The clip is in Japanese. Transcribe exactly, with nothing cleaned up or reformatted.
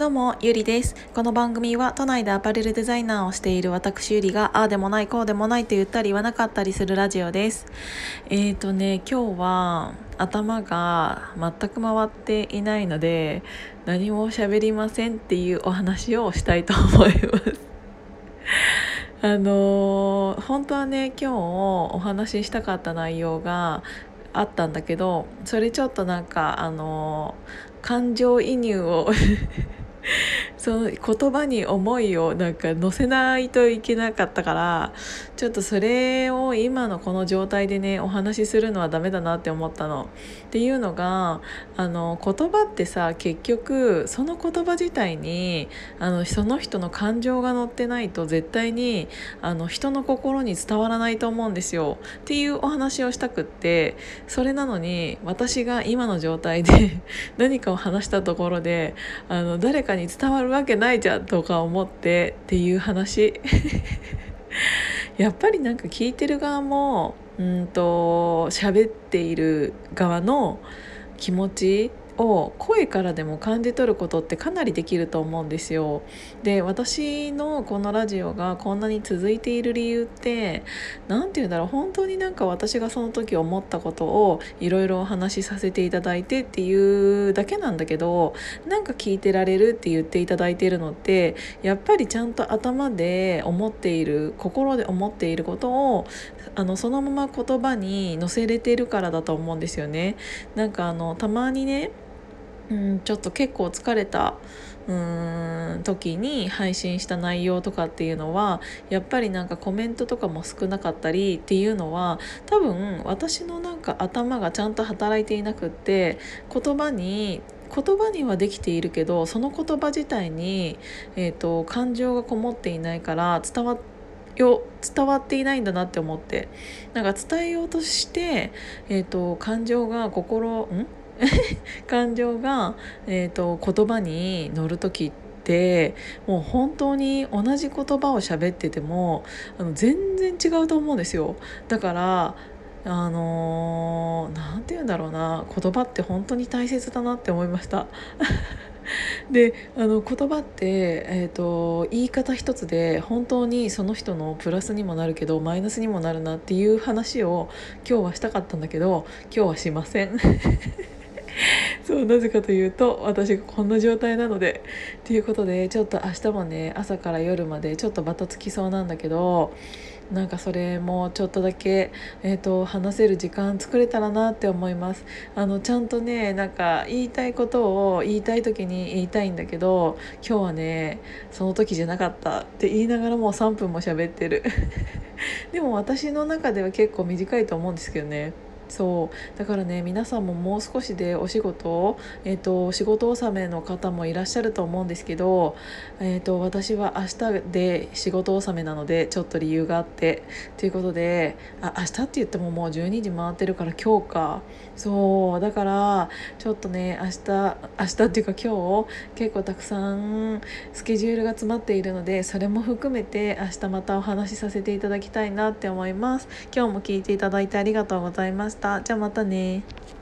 どうも、ゆりです。この番組は都内でアパレルデザイナーをしている私ゆりがああでもないこうでもないと言ったり言わなかったりするラジオです。えーとね、今日は頭が全く回っていないので何も喋りませんっていうお話をしたいと思います。あのー本当はね、今日お話ししたかった内容があったんだけど、それちょっとなんかあのー感情移入をその言葉に思いをなんか乗せないといけなかったから、ちょっとそれを今のこの状態でねお話しするのはダメだなって思ったの。っていうのが、あの言葉ってさ、結局その言葉自体にあのその人の感情が乗ってないと絶対にあの人の心に伝わらないと思うんですよっていうお話をしたくって、それなのに私が今の状態で何かを話したところであの誰かに伝わるわけないじゃんとか思ってっていう話やっぱりなんか聞いてる側もうんと喋っている側の気持ちを声からでも感じ取ることってかなりできると思うんですよ。で、私のこのラジオがこんなに続いている理由って、なんて言うんだろう、本当になんか私がその時思ったことをいろいろお話しさせていただいてっていうだけなんだけど、なんか聞いてられるって言っていただいているのってやっぱりちゃんと頭で思っている、心で思っていることをあのそのまま言葉に乗せれているからだと思うんですよね。なんかあのたまにね、うん、ちょっと結構疲れたうーん時に配信した内容とかっていうのはやっぱりなんかコメントとかも少なかったりっていうのは、多分私のなんか頭がちゃんと働いていなくって、言葉に言葉にはできているけどその言葉自体に、えーと、感情がこもっていないから伝わよ伝わっていないんだなって思って、なんか伝えようとして、えーと、感情が心ん感情が、えーと、言葉に乗る時ってもう本当に同じ言葉を喋っててもあの全然違うと思うんですよ。だからあのー、なんて言うんだろうな、言葉って本当に大切だなって思いました。で、あの言葉って、えーと、言い方一つで本当にその人のプラスにもなるけどマイナスにもなるなっていう話を今日はしたかったんだけど今日はしません。そう、なぜかというと私がこんな状態なのでということで、ちょっと明日もね朝から夜までちょっとバタつきそうなんだけど、なんかそれもちょっとだけ、えーと、話せる時間作れたらなって思います。あのちゃんとね、なんか言いたいことを言いたい時に言いたいんだけど、今日はねその時じゃなかったって言いながらもうさんぷんも喋ってる。でも私の中では結構短いと思うんですけどね。そうだからね、皆さんももう少しでお仕事を、えー、と仕事納めの方もいらっしゃると思うんですけど、えー、と私は明日で仕事納めなのでちょっと理由があってということで、あ明日って言ってももうじゅうにじ回ってるから今日か。そうだからちょっとね、明日明日っていうか今日結構たくさんスケジュールが詰まっているので、それも含めて明日またお話しさせていただきたいなって思います。今日も聞いていただいてありがとうございました。じゃあまたね。